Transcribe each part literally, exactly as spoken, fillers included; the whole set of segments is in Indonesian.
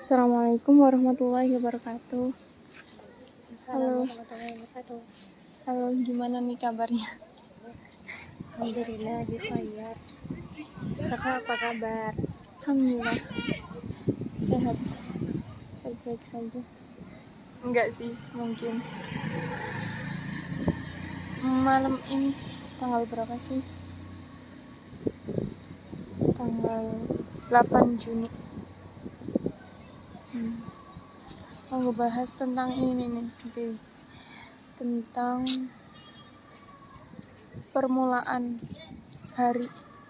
Assalamualaikum warahmatullahi wabarakatuh. Halo. Halo, gimana nih kabarnya? Alhamdulillah di Fayat. Kakak apa kabar? Alhamdulillah sehat, baik-baik saja. Enggak sih, mungkin malam ini tanggal berapa sih? Tanggal delapan Juni. Hmm. Mau ngebahas tentang ini nih, nanti. Tentang permulaan hari.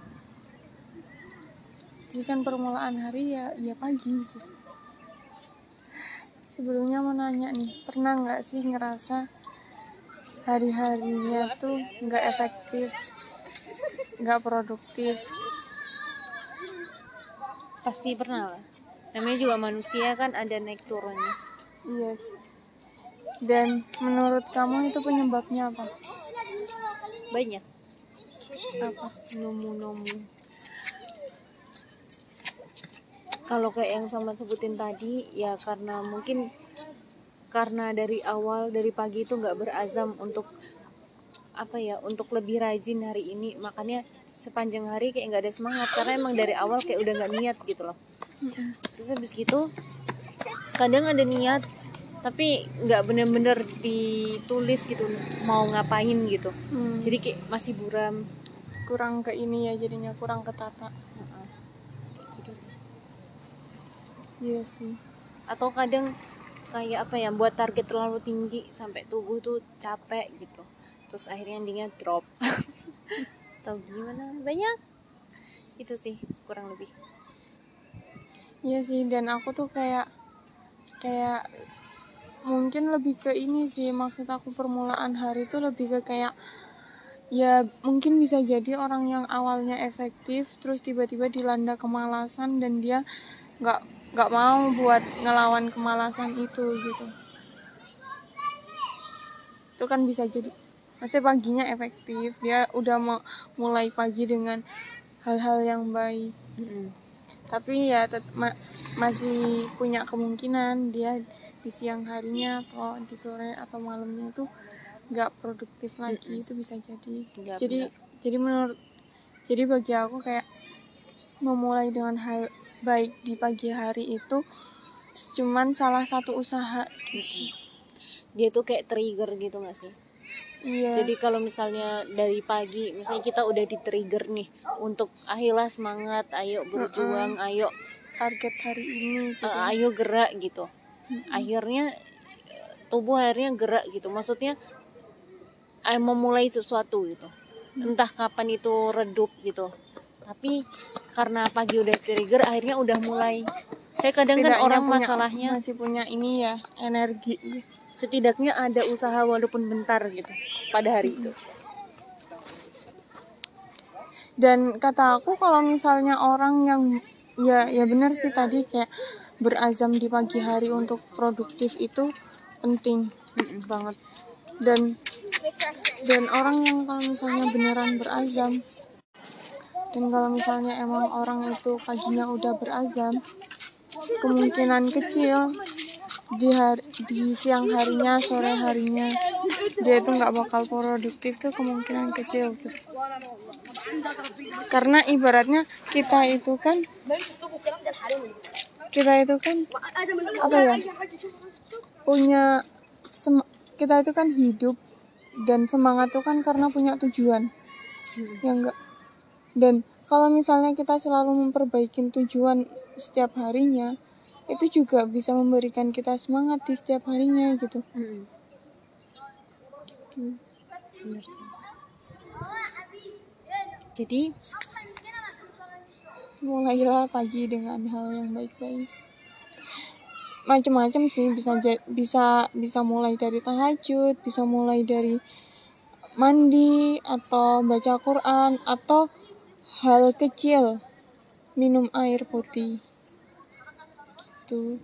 Jadi kan permulaan hari ya, ya pagi. Sebelumnya mau nanya nih, pernah nggak sih ngerasa hari-harinya tuh nggak efektif, nggak produktif? Pasti pernah lah. Namanya juga manusia kan, ada naik turunnya. Yes. Dan menurut kamu itu penyebabnya apa? Banyak. Apa? Nomu-nomu. Kalau kayak yang sama sebutin tadi, ya karena mungkin karena dari awal dari pagi itu nggak berazam untuk apa ya, untuk lebih rajin hari ini, makanya sepanjang hari kayak nggak ada semangat karena emang dari awal kayak udah nggak niat gitu loh. Mm-mm. Terus habis gitu kadang ada niat tapi nggak bener-bener ditulis gitu mau ngapain gitu. Hmm. Jadi kayak masih buram, Kurang ke ini ya, jadinya kurang ketata. uh-uh. Kayak gitu sih. Iya sih. Atau kadang kayak apa ya, buat target terlalu tinggi sampai tubuh tuh capek gitu, terus akhirnya endingnya drop. Atau gimana, banyak itu sih kurang lebih. Iya sih, dan aku tuh kayak kayak mungkin lebih ke ini sih, maksud aku permulaan hari tuh lebih ke kayak ya mungkin bisa jadi orang yang awalnya efektif terus tiba-tiba dilanda kemalasan dan dia nggak nggak mau buat ngelawan kemalasan itu gitu. Itu kan bisa jadi, maksudnya paginya efektif, dia udah mau mulai pagi dengan hal-hal yang baik, Mm-mm. tapi ya tet- ma- masih punya kemungkinan dia di siang harinya atau di sore atau malamnya itu nggak produktif lagi. Mm-mm. Itu bisa jadi. Ya, jadi benar. jadi menurut jadi bagi aku kayak memulai dengan hal baik di pagi hari itu cuman salah satu usaha. Mm-mm. Dia tuh kayak trigger gitu nggak sih? Iya. Jadi kalau misalnya dari pagi misalnya kita udah di trigger nih untuk ayolah semangat, ayo berjuang, uh-uh. ayo target hari ini gitu. uh, ayo gerak gitu. Mm-hmm. Akhirnya tubuh akhirnya gerak gitu, maksudnya ayo memulai sesuatu gitu. Mm. Entah kapan itu redup gitu, tapi karena pagi udah trigger akhirnya udah mulai. Saya kadang kan orang punya, masalahnya masih punya ini ya, energi, setidaknya ada usaha walaupun bentar gitu pada hari mm-hmm. itu. Dan kata aku kalau misalnya orang yang ya ya benar sih tadi kayak berazam di pagi hari untuk produktif itu penting. Mm-mm, banget. Dan dan orang yang kalau misalnya beneran berazam, dan kalau misalnya emang orang itu paginya udah berazam, kemungkinan kecil di hari, di siang harinya, sore harinya dia itu nggak bakal produktif tuh kemungkinan kecil gitu. Karena ibaratnya kita itu kan kita itu kan apa ya, punya sem- kita itu kan hidup dan semangat itu kan karena punya tujuan. Hmm. Ya enggak. Dan kalau misalnya kita selalu memperbaiki tujuan setiap harinya, itu juga bisa memberikan kita semangat di setiap harinya gitu. Hmm. Hmm. Benar sih. Jadi mulailah pagi dengan hal yang baik-baik. Macam-macam sih, bisa bisa bisa mulai dari tahajud, bisa mulai dari mandi atau baca Quran atau hal kecil, minum air putih. Gitu.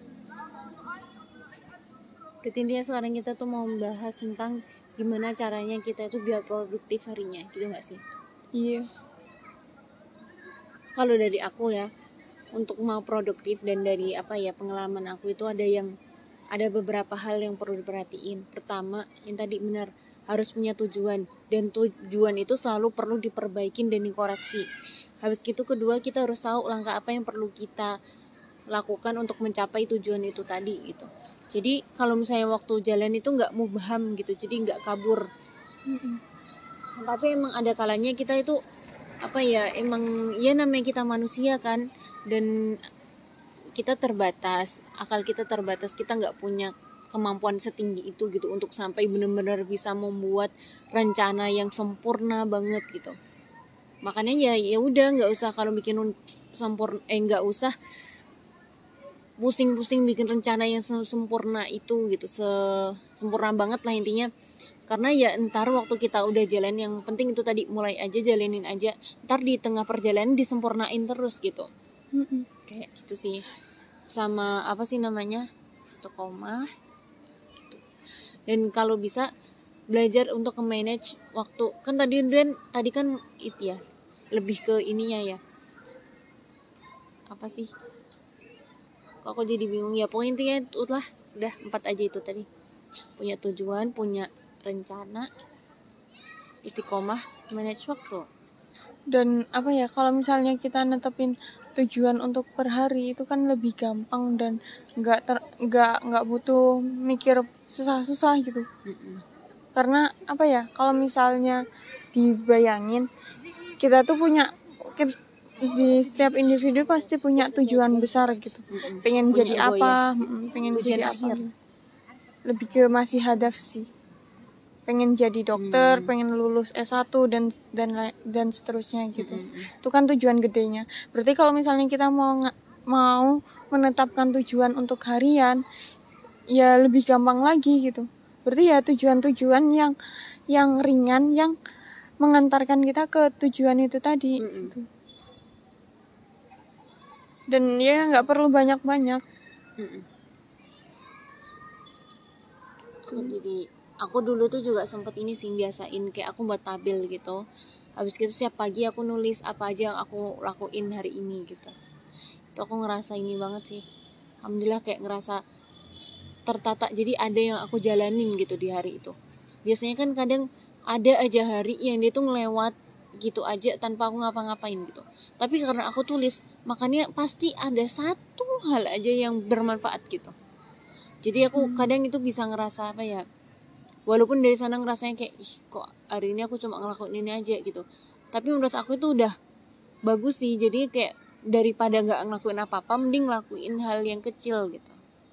Berarti intinya sekarang kita tuh mau membahas tentang gimana caranya kita itu biar produktif harinya, gitu nggak sih? Iya. Kalau dari aku ya, untuk mau produktif dan dari apa ya pengalaman aku itu ada yang ada beberapa hal yang perlu diperhatiin. Pertama, yang tadi benar harus punya tujuan dan tujuan itu selalu perlu diperbaikin dan dikoreksi. Habis itu kedua kita harus tahu langkah apa yang perlu kita lakukan untuk mencapai tujuan itu tadi gitu. Jadi kalau misalnya waktu jalan itu nggak mubham gitu, jadi nggak kabur. Mm-mm. Tapi emang ada kalanya kita itu apa ya emang ya namanya kita manusia kan dan kita terbatas, akal kita terbatas, kita nggak punya kemampuan setinggi itu gitu untuk sampai benar-benar bisa membuat rencana yang sempurna banget gitu. Makanya ya ya udah nggak usah kalau bikin sempurna eh nggak usah pusing-pusing bikin rencana yang sempurna itu gitu, sempurna banget lah intinya. Karena ya ntar waktu kita udah jalan yang penting itu tadi mulai aja jalanin aja, ntar di tengah perjalanan disempurnain terus gitu. Mm-mm. Kayak gitu sih. Sama apa sih namanya istiqomah gitu. Dan kalau bisa belajar untuk manage waktu kan tadi dan tadi kan itu ya lebih ke ininya ya apa sih kok aku jadi bingung ya pokoknya intinya udah udah empat aja itu tadi, punya tujuan, punya rencana, istiqomah, manage waktu. Dan apa ya, kalau misalnya kita netepin tujuan untuk per hari itu kan lebih gampang dan nggak ter nggak nggak butuh mikir susah-susah gitu. Mm-mm. Karena apa ya, kalau misalnya dibayangin kita tuh punya di setiap individu pasti punya tujuan besar gitu. Mm-mm. Pengen Punya jadi goal apa, ya. mm, pengen Tujuan jadi akhir. apa. Lebih ke masih hadaf sih. Pengen jadi dokter, Hmm. pengen lulus S satu dan dan dan seterusnya gitu. Mm-mm. Itu kan tujuan gedenya. Berarti kalau misalnya kita mau mau menetapkan tujuan untuk harian, ya lebih gampang lagi gitu. Berarti ya tujuan-tujuan yang yang ringan yang mengantarkan kita ke tujuan itu tadi gitu. Dan ya nggak perlu banyak-banyak. Mm-mm. Aku jadi aku dulu tuh juga sempet ini sih biasain kayak aku buat tabel gitu. Habis itu setiap pagi aku nulis apa aja yang aku lakuin hari ini gitu. Itu aku ngerasa ini banget sih. Alhamdulillah kayak ngerasa tertata, jadi ada yang aku jalanin gitu di hari itu. Biasanya kan kadang ada aja hari yang dia tuh ngelewat gitu aja tanpa aku ngapa-ngapain gitu. Tapi karena aku tulis, makanya pasti ada satu hal aja yang bermanfaat gitu. Jadi aku kadang itu bisa ngerasa apa ya, walaupun dari sana ngerasanya kayak ih kok hari ini aku cuma ngelakuin ini aja gitu, tapi menurut aku itu udah bagus sih. Jadi kayak daripada nggak ngelakuin apa-apa mending ngelakuin hal yang kecil gitu.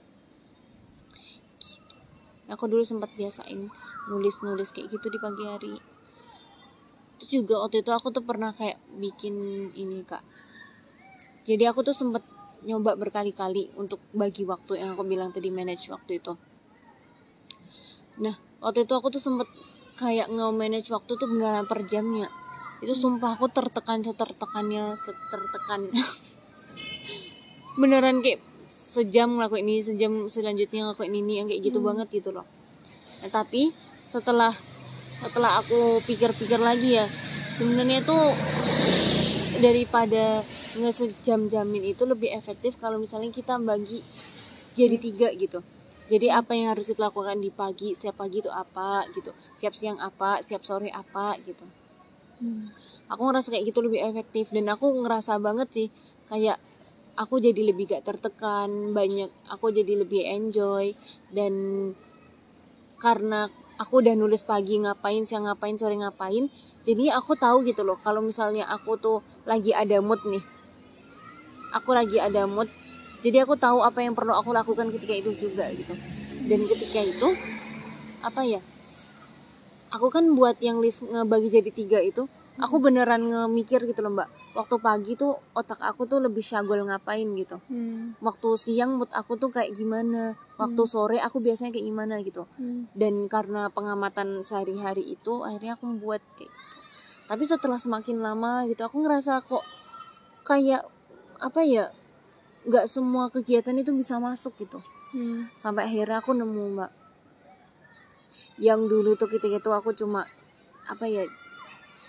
Aku dulu sempat biasain nulis-nulis kayak gitu di pagi hari. Itu juga waktu itu aku tuh pernah kayak bikin ini kak, jadi aku tuh sempat nyoba berkali-kali untuk bagi waktu yang aku bilang tadi, manage waktu itu. Nah waktu itu aku tuh sempet kayak nge-manage waktu tuh beneran per jamnya. Itu sumpah aku tertekan setertekannya setertekan beneran kayak sejam ngelakuin ini, sejam selanjutnya ngelakuin ini, yang kayak gitu hmm. banget gitu loh. Nah tapi setelah setelah aku pikir-pikir lagi ya, sebenarnya tuh daripada nge-sejam-jamin itu lebih efektif kalau misalnya kita bagi jadi tiga gitu. Jadi apa yang harus kita lakukan di pagi, setiap pagi itu apa gitu, siap siang apa, siap sore apa gitu. Hmm. Aku ngerasa kayak gitu lebih efektif dan aku ngerasa banget sih kayak aku jadi lebih gak tertekan, banyak aku jadi lebih enjoy. Dan karena aku udah nulis pagi ngapain, siang ngapain, sore ngapain, jadi aku tahu gitu loh kalau misalnya aku tuh lagi ada mood nih, aku lagi ada mood, jadi aku tahu apa yang perlu aku lakukan ketika itu juga gitu. Dan ketika itu apa ya, aku kan buat yang list ngebagi jadi tiga itu, aku beneran ngemikir gitu loh mbak. Waktu pagi tuh otak aku tuh lebih syagol ngapain gitu. Hmm. Waktu siang mood aku tuh kayak gimana. Waktu hmm. sore aku biasanya kayak gimana gitu. Hmm. Dan karena pengamatan sehari-hari itu akhirnya aku membuat kayak gitu. Tapi setelah semakin lama gitu aku ngerasa kok kayak apa ya, gak semua kegiatan itu bisa masuk gitu. Hmm. Sampai akhirnya aku nemu mbak, yang dulu tuh ketika itu aku cuma apa ya,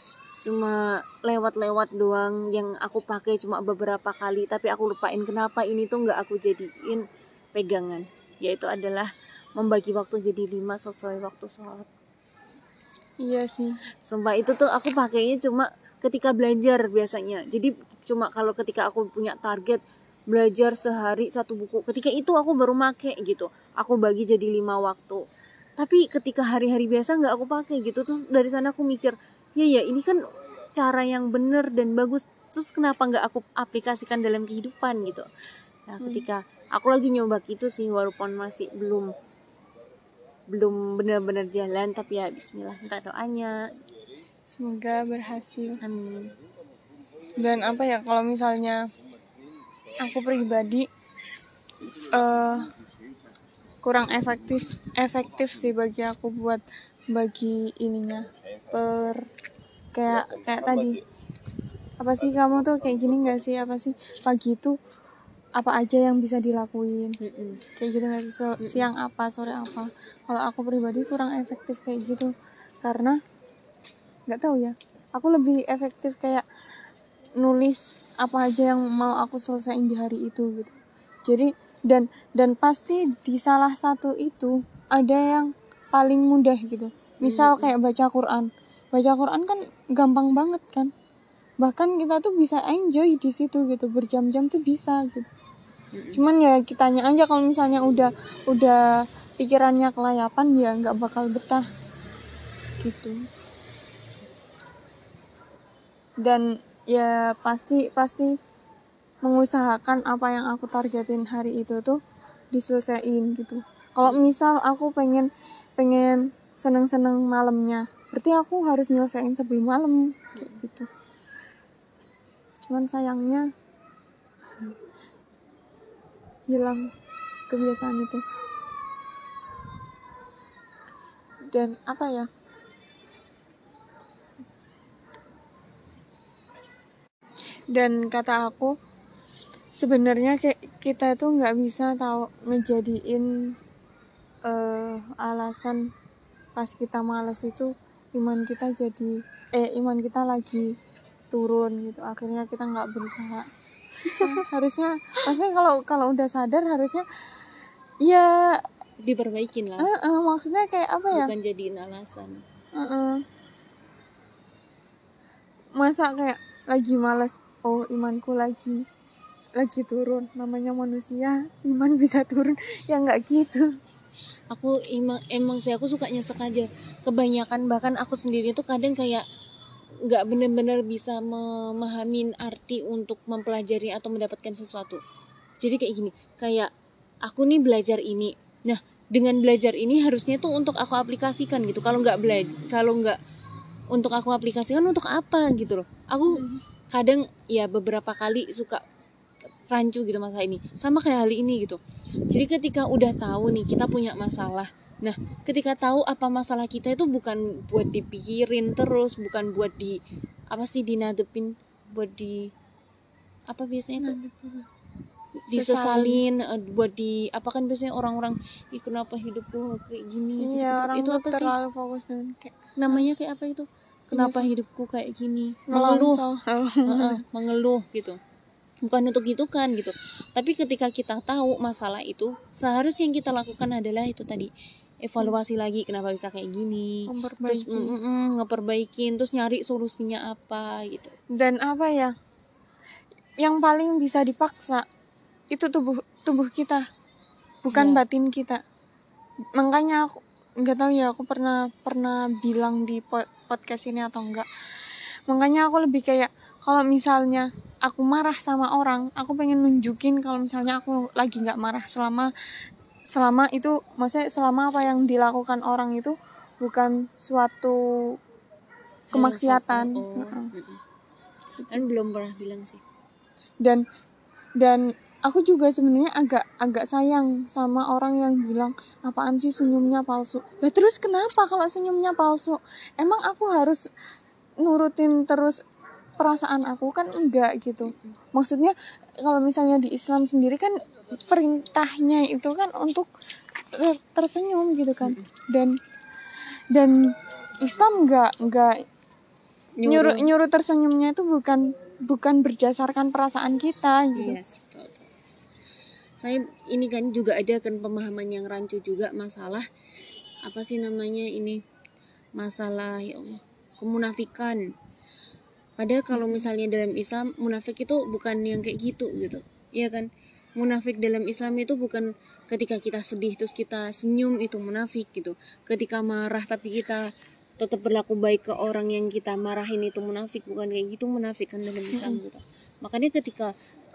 cuma lewat-lewat doang, yang aku pakai cuma beberapa kali, tapi aku lupain kenapa ini tuh nggak aku jadiin pegangan, yaitu adalah membagi waktu jadi lima sesuai waktu sholat. Iya sih. Sumpah itu tuh aku pakainya cuma ketika belajar biasanya. Jadi cuma kalau ketika aku punya target belajar sehari satu buku, ketika itu aku baru make gitu. Aku bagi jadi lima waktu. Tapi ketika hari-hari biasa nggak aku pakai gitu. Terus dari sana aku mikir, ya ya ini kan cara yang bener dan bagus. Terus kenapa nggak aku aplikasikan dalam kehidupan gitu. Nah ketika aku lagi nyoba gitu sih, walaupun masih belum belum benar-benar jalan, tapi ya bismillah, minta doanya. Semoga berhasil. Amin. Dan apa ya, kalau misalnya aku pribadi uh, kurang efektif efektif sih bagi aku buat bagi ininya per kayak kayak tadi, apa sih kamu tuh kayak gini nggak sih, apa sih pagi itu apa aja yang bisa dilakuin, Mm-mm. kayak gitu nggak sih, so, siang apa sore apa. Kalau aku pribadi kurang efektif kayak gitu, karena nggak tahu ya, aku lebih efektif kayak nulis apa aja yang mau aku selesaiin di hari itu gitu. Jadi dan dan pasti di salah satu itu ada yang paling mudah gitu. Misal kayak baca Quran. Baca Quran kan gampang banget kan. Bahkan kita tuh bisa enjoy di situ gitu, berjam-jam tuh bisa gitu. Cuman ya kitanya aja, kalau misalnya udah udah pikirannya kelayapan ya nggak bakal betah gitu. Dan ya pasti pasti mengusahakan apa yang aku targetin hari itu tuh diselesaiin gitu. Kalau misal aku pengen pengen seneng-seneng malamnya, berarti aku harus nyelesain sebelum malam kayak gitu. Cuman sayangnya hilang kebiasaan itu. Dan apa ya, dan kata aku sebenarnya kayak kita tuh nggak bisa tahu ngejadiin uh, alasan pas kita malas itu iman kita jadi eh iman kita lagi turun gitu, akhirnya kita nggak berusaha. Nah, harusnya maksudnya kalau kalau udah sadar harusnya ya diperbaikin lah. uh, uh, maksudnya kayak apa ya, bukan jadiin alasan. uh, uh. Masa kayak lagi malas, oh imanku lagi lagi turun, namanya manusia iman bisa turun ya nggak gitu. Aku emang emang sih aku suka nyesek aja kebanyakan, bahkan aku sendiri tuh kadang kayak nggak benar-benar bisa memahami arti untuk mempelajari atau mendapatkan sesuatu. Jadi kayak gini, kayak aku nih belajar ini, nah dengan belajar ini harusnya tuh untuk aku aplikasikan gitu. Kalau nggak belajar, kalau nggak untuk aku aplikasikan untuk apa gitu loh. Aku kadang ya beberapa kali suka rancu gitu masalah ini, sama kayak hal ini gitu. Jadi ketika udah tahu nih kita punya masalah, nah ketika tahu apa masalah kita itu bukan buat dipikirin terus, bukan buat di apa sih dinadepin, buat di apa biasanya tuh disesalin, uh, buat di apa kan biasanya orang-orang, ih kenapa hidupku kayak gini gitu, iya, gitu. Itu apa sih terlalu fokus dengan kayak namanya, kayak apa itu, kenapa iya, hidupku kayak gini, mengeluh, uh-uh, mengeluh gitu. Bukan untuk gitu kan gitu. Tapi ketika kita tahu masalah itu, seharusnya yang kita lakukan adalah itu tadi, evaluasi hmm. lagi kenapa bisa kayak gini, terus mm, mm, mm, ngeperbaikin, terus nyari solusinya apa gitu. Dan apa ya, yang paling bisa dipaksa itu tubuh tubuh kita, bukan ya. Batin kita. Makanya aku nggak tahu ya, aku pernah pernah bilang di podcast ini atau enggak. Makanya aku lebih kayak, kalau misalnya aku marah sama orang, aku pengen nunjukin kalau misalnya aku lagi nggak marah, selama selama itu maksudnya selama apa yang dilakukan orang itu bukan suatu kemaksiatan. Oh, uh-uh. Kan belum pernah bilang sih. Dan dan aku juga sebenarnya agak agak sayang sama orang yang bilang apaan sih senyumnya palsu. Lah terus kenapa kalau senyumnya palsu? Emang aku harus nurutin terus perasaan aku? Kan enggak gitu. Maksudnya kalau misalnya di Islam sendiri kan perintahnya itu kan untuk tersenyum gitu kan. Dan dan Islam enggak enggak nyuruh nyuruh. nyuruh tersenyumnya itu bukan bukan berdasarkan perasaan kita gitu. Yes, betul, betul. Saya ini kan juga ada kan pemahaman yang rancu juga masalah apa sih namanya ini, masalah ya Allah, kemunafikan. Padahal kalau misalnya dalam Islam munafik itu bukan yang kayak gitu gitu. Iya kan? Munafik dalam Islam itu bukan ketika kita sedih terus kita senyum itu munafik gitu. Ketika marah tapi kita tetap berlaku baik ke orang yang kita marahin itu munafik, bukan kayak gitu munafik kan dalam Islam gitu. Makanya ketika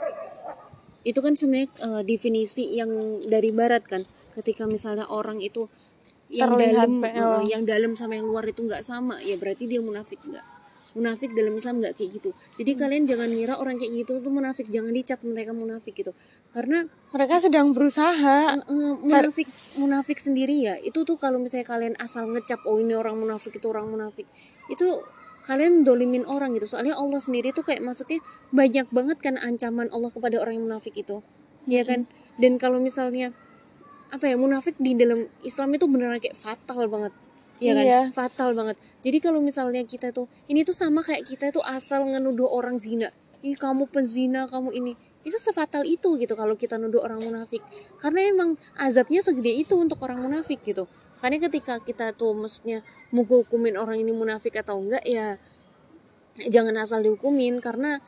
itu kan sebenarnya uh, definisi yang dari barat kan. Ketika misalnya orang itu yang Terlihat dalam pe- uh, oh. yang dalam sama yang luar itu nggak sama, ya berarti dia munafik. Nggak, munafik dalam Islam nggak kayak gitu. Jadi hmm. kalian jangan ngira orang kayak gitu tuh munafik, jangan dicap mereka munafik gitu, karena mereka sedang berusaha. uh, uh, munafik munafik sendiri ya itu tuh kalau misalnya kalian asal ngecap oh ini orang munafik itu orang munafik, itu kalian dolimin orang gitu. Soalnya Allah sendiri tuh kayak maksudnya banyak banget kan ancaman Allah kepada orang yang munafik itu, ya kan. Dan kalau misalnya apa ya, munafik di dalam Islam itu beneran kayak fatal banget, ya kan, Iya. fatal banget. Jadi kalau misalnya kita tuh ini tuh sama kayak kita tuh asal ngenuduh orang zina, ih kamu penzina, kamu ini, itu sefatal itu gitu kalau kita nuduh orang munafik, karena emang azabnya segede itu untuk orang munafik gitu. Karena ketika kita tuh maksudnya mau hukumin orang ini munafik atau enggak, ya jangan asal dihukumin, karena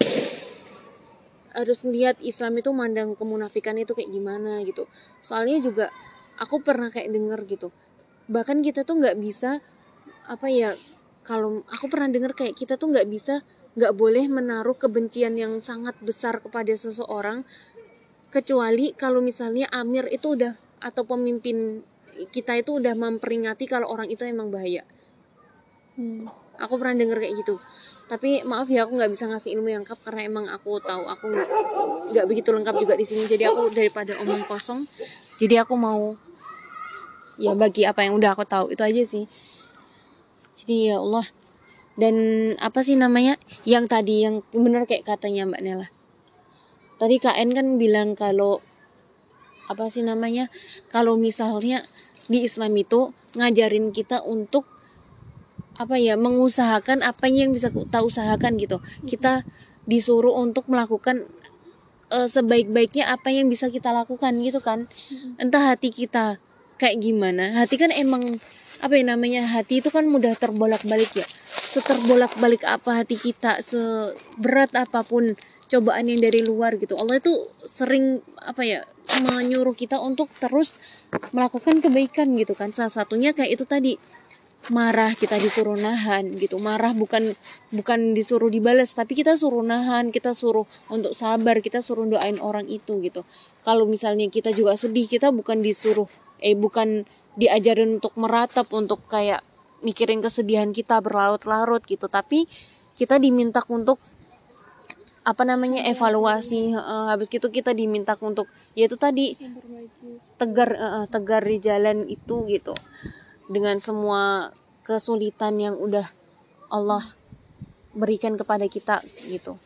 harus melihat Islam itu mandang kemunafikan itu kayak gimana gitu. Soalnya juga aku pernah kayak denger gitu, bahkan kita tuh nggak bisa apa ya, kalau aku pernah denger kayak kita tuh nggak bisa, nggak boleh menaruh kebencian yang sangat besar kepada seseorang kecuali kalau misalnya amir itu udah atau pemimpin kita itu udah memperingati kalau orang itu emang bahaya. Hmm. Aku pernah denger kayak gitu. Tapi maaf ya aku nggak bisa ngasih ilmu yang lengkap karena emang aku tahu aku nggak begitu lengkap juga di sini. Jadi aku daripada omong kosong, jadi aku mau ya bagi apa yang udah aku tahu itu aja sih. Jadi ya Allah. Dan apa sih namanya yang tadi yang benar kayak katanya Mbak Nela. Tadi K N kan bilang kalau apa sih namanya, kalau misalnya di Islam itu ngajarin kita untuk apa ya, mengusahakan apa yang bisa kita usahakan gitu. Kita disuruh untuk melakukan uh, sebaik-baiknya apa yang bisa kita lakukan gitu kan. Entah hati kita kayak gimana. Hati kan emang apa ya namanya, hati itu kan mudah terbolak-balik ya. Seterbolak-balik apa hati kita, seberat apapun cobaan yang dari luar gitu, Allah itu sering apa ya, menyuruh kita untuk terus melakukan kebaikan gitu kan. Salah satunya kayak itu tadi, marah kita disuruh nahan gitu. Marah bukan bukan disuruh dibalas, tapi kita suruh nahan, kita suruh untuk sabar, kita suruh doain orang itu gitu. Kalau misalnya kita juga sedih, kita bukan disuruh eh bukan diajarin untuk meratap, untuk kayak mikirin kesedihan kita berlarut-larut gitu, tapi kita diminta untuk apa namanya, evaluasi. Uh, habis itu kita diminta untuk yaitu tadi tegar uh, tegar di jalan itu gitu, dengan semua kesulitan yang udah Allah berikan kepada kita gitu.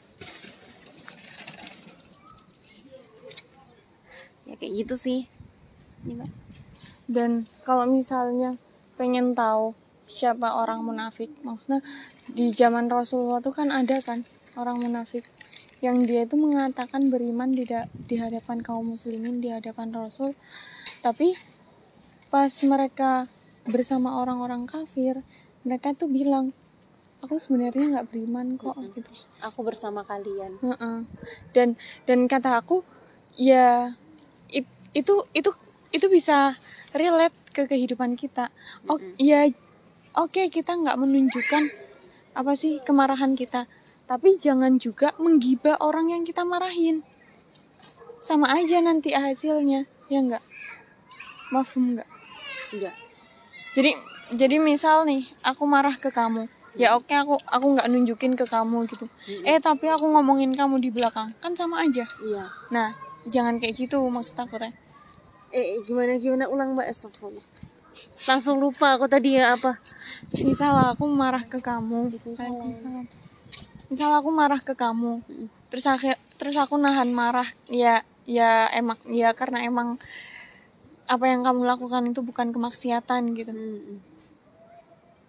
Ya kayak gitu sih. Dan kalau misalnya pengen tahu siapa orang munafik, maksudnya di zaman Rasulullah tuh kan ada kan orang munafik yang dia itu mengatakan beriman di, da- di hadapan kaum muslimin, di hadapan Rasul, tapi pas mereka bersama orang-orang kafir, mereka tuh bilang, aku sebenarnya nggak beriman kok, mm-hmm. gitu. Aku bersama kalian. Uh-uh. Dan dan kata aku, ya it, itu itu itu bisa relate ke kehidupan kita. Oh mm-hmm. ya, oke okay, kita nggak menunjukkan apa sih kemarahan kita, tapi jangan juga menggibah orang yang kita marahin. Sama aja nanti hasilnya, ya enggak? Mafhum enggak? Enggak. Jadi jadi misal nih, aku marah ke kamu. Hmm. Ya oke, okay, aku aku enggak nunjukin ke kamu gitu. Hmm. Eh tapi aku ngomongin kamu di belakang, kan sama aja. Iya. Nah, jangan kayak gitu maksud aku teh. Eh gimana gimana ulang Mbak, astagfirullah. Langsung lupa aku tadi ya apa. Misal aku marah ke kamu. Misal misal aku marah ke kamu, terus aku terus aku nahan marah, ya ya emang ya karena emang apa yang kamu lakukan itu bukan kemaksiatan gitu. Hmm.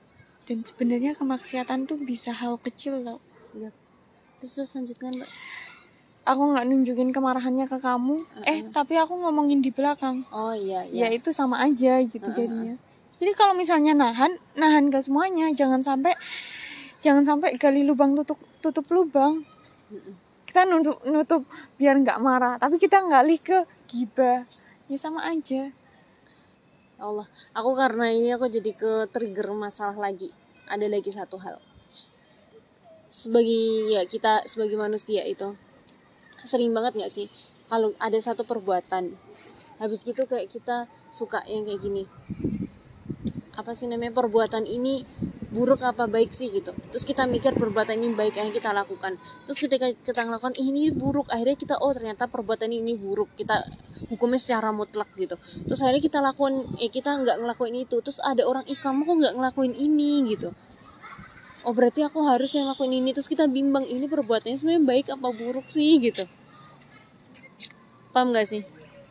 Dan sebenarnya kemaksiatan tuh bisa hal kecil tau. Ya. Terus, terus lanjutkan Mbak. Aku nggak nunjukin kemarahannya ke kamu, uh-uh. eh tapi aku ngomongin di belakang. Oh iya, iya. Ya itu sama aja gitu uh-uh. jadinya. Jadi kalau misalnya nahan, nahan ke semuanya, jangan sampai jangan sampai gali lubang tutup tutup lubang. Uh-uh. Kita nutup nutup biar nggak marah, tapi kita ngalih ke gibah. Ya sama aja. Allah, aku karena ini aku jadi ke trigger masalah lagi. Ada lagi satu hal. Sebagai ya kita sebagai manusia itu sering banget nggak sih kalau ada satu perbuatan habis gitu kayak kita suka yang kayak gini, apa sih namanya, perbuatan ini buruk apa baik sih gitu, terus kita mikir perbuatan ini baik yang kita lakukan, terus ketika kita melakukan ini buruk, akhirnya kita oh ternyata perbuatan ini buruk, kita hukumnya secara mutlak gitu, terus akhirnya kita lakukan eh kita nggak ngelakuin itu, terus ada orang ih kamu kok nggak ngelakuin ini gitu, oh berarti aku harus yang lakuin ini, terus kita bimbang ini perbuatannya sebenarnya baik apa buruk sih gitu. Paham gak sih?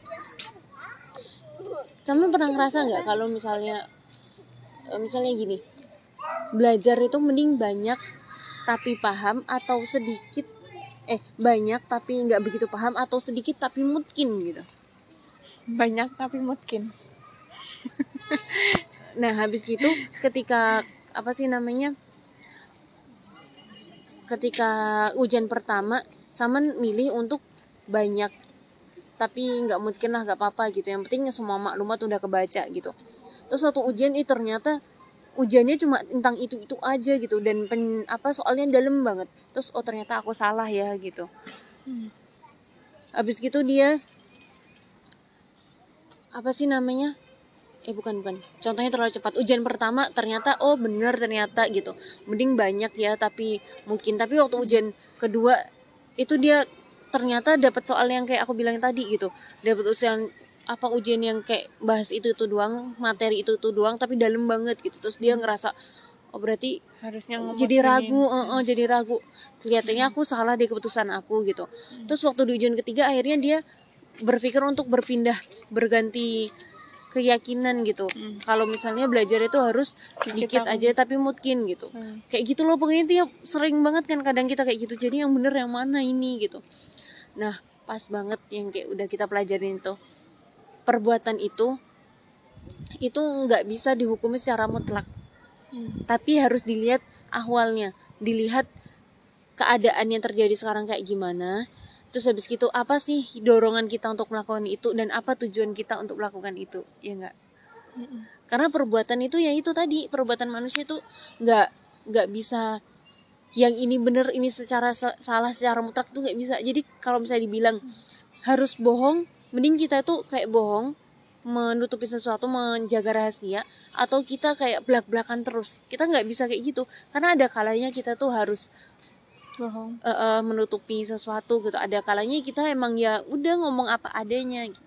Kamu pernah ngerasa gak kalau misalnya misalnya gini, belajar itu mending banyak tapi paham atau sedikit eh banyak tapi gak begitu paham atau sedikit tapi mungkin gitu? Banyak tapi mungkin. Nah habis gitu ketika apa sih namanya, ketika ujian pertama Saman milih untuk banyak tapi nggak mungkin lah, nggak apa-apa gitu, yang penting semua maklumat udah kebaca gitu. Terus satu ujian itu ternyata ujiannya cuma tentang itu itu aja gitu, dan pen, apa soalnya dalam banget, terus oh ternyata aku salah ya gitu. hmm. Habis gitu dia apa sih namanya, eh bukan bukan contohnya terlalu cepat, ujian pertama ternyata oh bener ternyata gitu, mending banyak ya tapi mungkin, tapi waktu ujian kedua itu dia ternyata dapat soal yang kayak aku bilang tadi gitu, dapat ujian apa ujian yang kayak bahas itu itu doang, materi itu itu doang tapi dalam banget gitu, terus dia ngerasa oh berarti harusnya jadi ragu, uh, uh, jadi ragu kelihatannya aku salah di keputusan aku gitu. Terus waktu di ujian ketiga akhirnya dia berpikir untuk berpindah, berganti keyakinan gitu. Hmm. Kalau misalnya belajar itu harus dikit, dikit aja tapi mungkin gitu. Hmm. Kayak gitu loh pokoknya dia sering banget kan kadang kita kayak gitu. Jadi yang bener yang mana ini gitu. Nah, pas banget yang kayak udah kita pelajarin itu. Perbuatan itu itu enggak bisa dihukumi secara mutlak. Hmm. Tapi harus dilihat ahwalnya, dilihat keadaan yang terjadi sekarang kayak gimana. Terus habis gitu apa sih dorongan kita untuk melakukan itu dan apa tujuan kita untuk melakukan itu, ya enggak? Mm-mm. Karena perbuatan itu ya itu tadi, perbuatan manusia itu enggak enggak bisa yang ini benar ini secara salah secara mutlak itu enggak bisa. Jadi kalau misalnya dibilang harus bohong, mending kita tuh kayak bohong, menutupi sesuatu, menjaga rahasia, atau kita kayak belak-belakan terus. Kita enggak bisa kayak gitu. Karena ada kalanya kita tuh harus bohong, uh, uh, menutupi sesuatu gitu. Ada kalanya kita emang ya udah ngomong apa adanya gitu.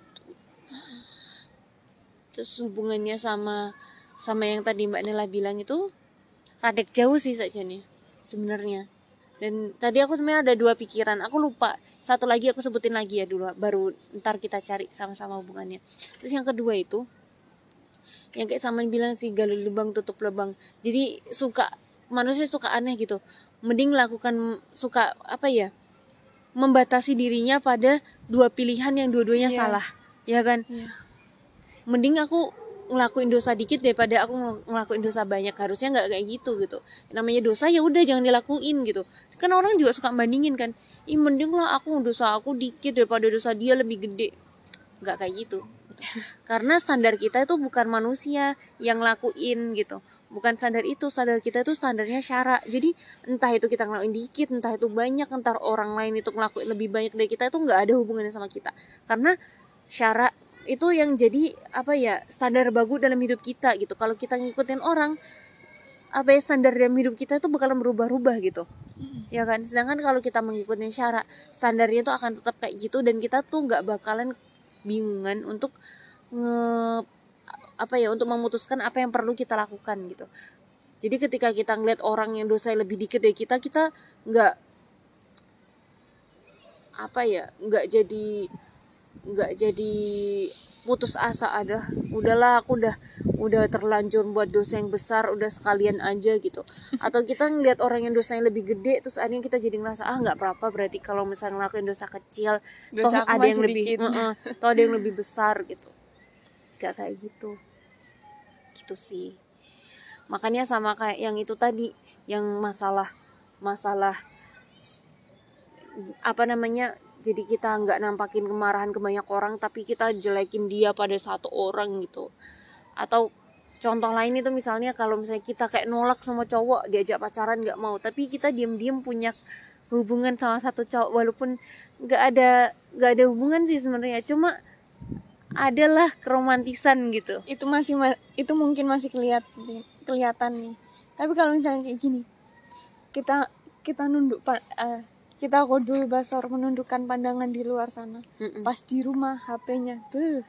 Terus hubungannya sama sama yang tadi Mbak Nela bilang itu radek jauh sih saja nih sebenarnya. Dan tadi aku sebenarnya ada dua pikiran, aku lupa satu lagi, aku sebutin lagi ya dulu, baru ntar kita cari sama-sama hubungannya. Terus yang kedua itu yang kayak Saman bilang sih, gali lubang tutup lubang. Jadi suka manusia suka aneh gitu, mending lakukan suka apa ya, membatasi dirinya pada dua pilihan yang dua-duanya yeah. salah, ya kan? Yeah. Mending aku ngelakuin dosa dikit daripada aku ngelakuin dosa banyak. Harusnya nggak kayak gitu gitu. Namanya dosa ya udah jangan dilakuin gitu. Kan orang juga suka bandingin kan. Ih mending lah aku dosa aku dikit daripada dosa dia lebih gede. Nggak kayak gitu. Gitu. Karena standar kita itu bukan manusia yang ngelakuin gitu. Bukan standar itu, standar kita itu standarnya syara. Jadi entah itu kita ngelakuin dikit, entah itu banyak, entah orang lain itu ngelakuin lebih banyak dari kita, itu nggak ada hubungannya sama kita. Karena syara itu yang jadi apa ya, standar bagus dalam hidup kita gitu. Kalau kita ngikutin orang, apa ya, standar dalam hidup kita itu bakalan berubah-ubah gitu, mm. ya kan. Sedangkan kalau kita mengikuti syara, standarnya itu akan tetap kayak gitu, dan kita tuh nggak bakalan bingungan untuk nge apa ya untuk memutuskan apa yang perlu kita lakukan gitu. Jadi ketika kita ngeliat orang yang dosa lebih dikit dari kita, kita nggak apa ya nggak jadi nggak jadi putus asa, ada udahlah aku udah udah terlanjur buat dosa yang besar, udah sekalian aja gitu. Atau kita ngeliat orang yang dosanya lebih gede, terus akhirnya kita jadi ngerasa ah nggak apa-apa, berarti kalau misalnya ngelakuin dosa kecil toh Dosa aku ada yang masih lebih dikit. uh-uh, toh ada yang lebih besar gitu. Gak kayak gitu gitu sih. Makanya sama kayak yang itu tadi, yang masalah masalah apa namanya, jadi kita nggak nampakin kemarahan ke banyak orang tapi kita jelekin dia pada satu orang gitu. Atau contoh lain itu misalnya kalau misalnya kita kayak nolak sama cowok diajak pacaran nggak mau, tapi kita diem-diem punya hubungan sama satu cowok walaupun nggak ada nggak ada hubungan sih sebenarnya, cuma adalah keromantisan gitu. Itu masih itu mungkin masih kelihatan kelihatan nih. Tapi kalau misalnya kayak gini, kita kita nunduk uh, kita kodul basor menundukkan pandangan di luar sana. Mm-mm. Pas di rumah H P-nya beuh.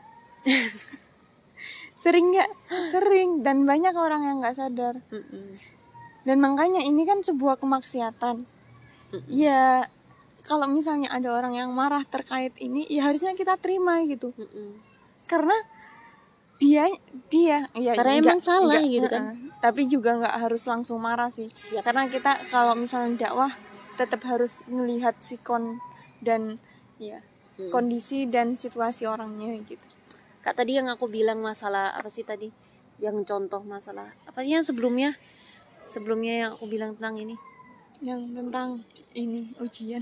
Sering nggak? Sering, dan banyak orang yang nggak sadar. Mm-mm. Dan makanya ini kan sebuah kemaksiatan. Mm-mm. Ya kalau misalnya ada orang yang marah terkait ini, ya harusnya kita terima gitu. Mm-mm. Karena dia dia ya karena enggak, emang salah enggak, gitu kan. Uh-uh. Tapi juga nggak harus langsung marah sih. Yep. Karena kita kalau misalnya dakwah tetap harus melihat sikon dan ya hmm. kondisi dan situasi orangnya gitu. Kak tadi yang aku bilang masalah apa sih tadi? Yang contoh masalah apa yang sebelumnya? Sebelumnya yang aku bilang tentang ini. Yang tentang ini ujian.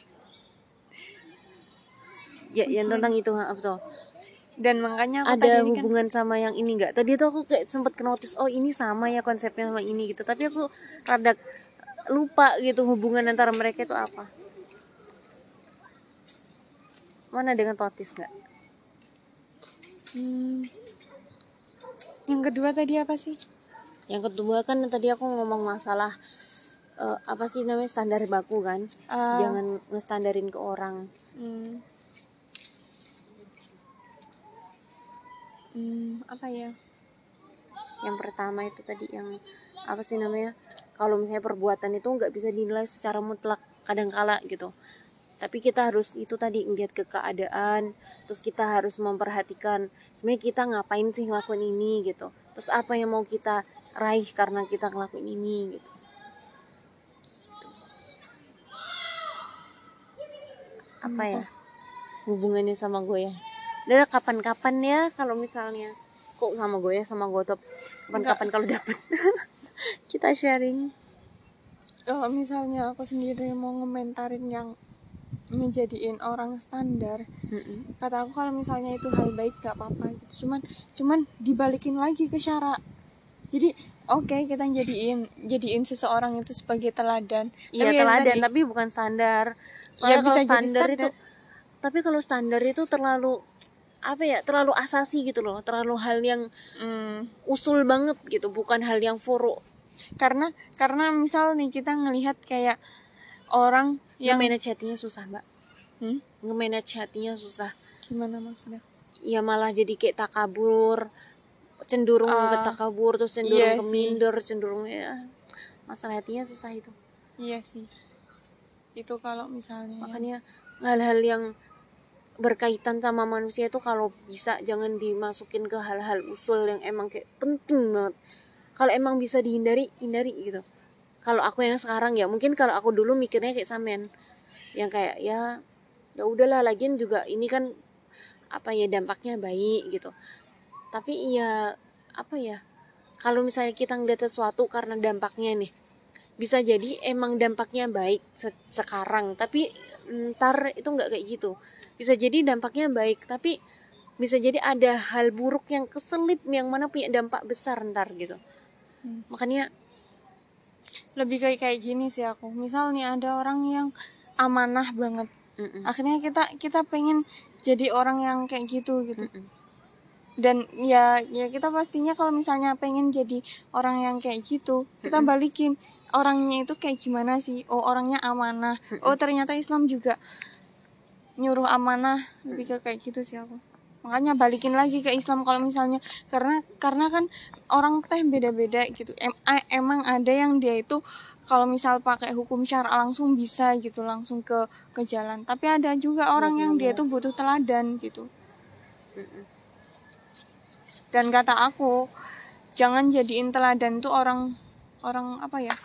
Ya, ujian. Yang tentang itu betul. Dan makanya aku ada tadi hubungan kan, sama yang ini nggak? Tadi tuh aku kayak sempat kenotis, oh ini sama ya konsepnya sama ini gitu. Tapi aku rada lupa gitu hubungan antara mereka itu apa. Mana dengan totis nggak? Hmm. Yang kedua tadi apa sih? Yang kedua kan tadi aku ngomong masalah uh, apa sih namanya standar baku kan? Uh. Jangan ngestandarin ke orang. Hmm. Hmm, apa ya? Yang pertama itu tadi yang apa sih namanya? Kalau misalnya perbuatan itu nggak bisa dinilai secara mutlak kadangkala gitu. Tapi kita harus itu tadi ngeliat ke keadaan, terus kita harus memperhatikan sebenarnya kita ngapain sih ngelakuin ini gitu. Terus apa yang mau kita raih karena kita ngelakuin ini gitu. Gitu. Apa ya? Hubungannya sama gue ya. Udah kapan-kapan ya kalau misalnya kok sama gue ya sama gue top kapan-kapan kalau dapet kita sharing. Kalau misalnya aku sendiri mau ngomentarin yang ngejadiin orang standar, mm-mm. kata aku kalau misalnya itu hal baik gak apa-apa gitu, cuman cuman dibalikin lagi ke syarak. Jadi oke okay, kita jadiin jadiin seseorang itu sebagai teladan. Iya tapi teladan tadi, tapi bukan standar. Soalnya ya bisa kalau standar, jadi standar itu tapi kalau standar itu terlalu apa ya, terlalu asasi gitu loh, terlalu hal yang mm, usul banget gitu, bukan hal yang furu. Karena karena misal nih kita ngelihat kayak orang yang nge-manage hatinya susah mbak, hmm? nge-manage hatinya susah. Gimana maksudnya? Ya malah jadi kayak takabur, cenderung uh, ke takabur, terus cenderung iya ke minder, cenderung ya masalah hatinya susah itu. Iya sih. Itu kalau misalnya makanya yang... hal-hal yang berkaitan sama manusia itu kalau bisa jangan dimasukin ke hal-hal usul yang emang kayak penting banget. Kalau emang bisa dihindari, hindari gitu. Kalau aku yang sekarang ya, mungkin kalau aku dulu mikirnya kayak sampean, yang kayak ya, ya udahlah, lagian juga ini kan apa ya dampaknya baik gitu. Tapi ya apa ya, kalau misalnya kita ngeliat sesuatu karena dampaknya nih, bisa jadi emang dampaknya baik se- sekarang, tapi ntar itu nggak kayak gitu. Bisa jadi dampaknya baik, tapi bisa jadi ada hal buruk yang keselip yang mana punya dampak besar ntar gitu. Hmm. Makanya lebih kayak kayak gini sih aku. Misalnya ada orang yang amanah banget, Mm-mm. akhirnya kita kita pengen jadi orang yang kayak gitu gitu. Mm-mm. Dan ya ya kita pastinya kalau misalnya pengen jadi orang yang kayak gitu, kita Mm-mm. balikin orangnya itu kayak gimana sih. Oh orangnya amanah. Mm-mm. Oh ternyata Islam juga nyuruh amanah. Lebih ke kayak gitu sih aku. Makanya balikin lagi ke Islam kalau misalnya, karena karena kan orang teh beda-beda gitu. Em, emang ada yang dia itu kalau misal pakai hukum syara langsung bisa gitu, langsung ke ke jalan. Tapi ada juga orang ya, yang dia tuh butuh teladan gitu. Mm-mm. Dan kata aku, jangan jadiin teladan tuh orang orang apa ya?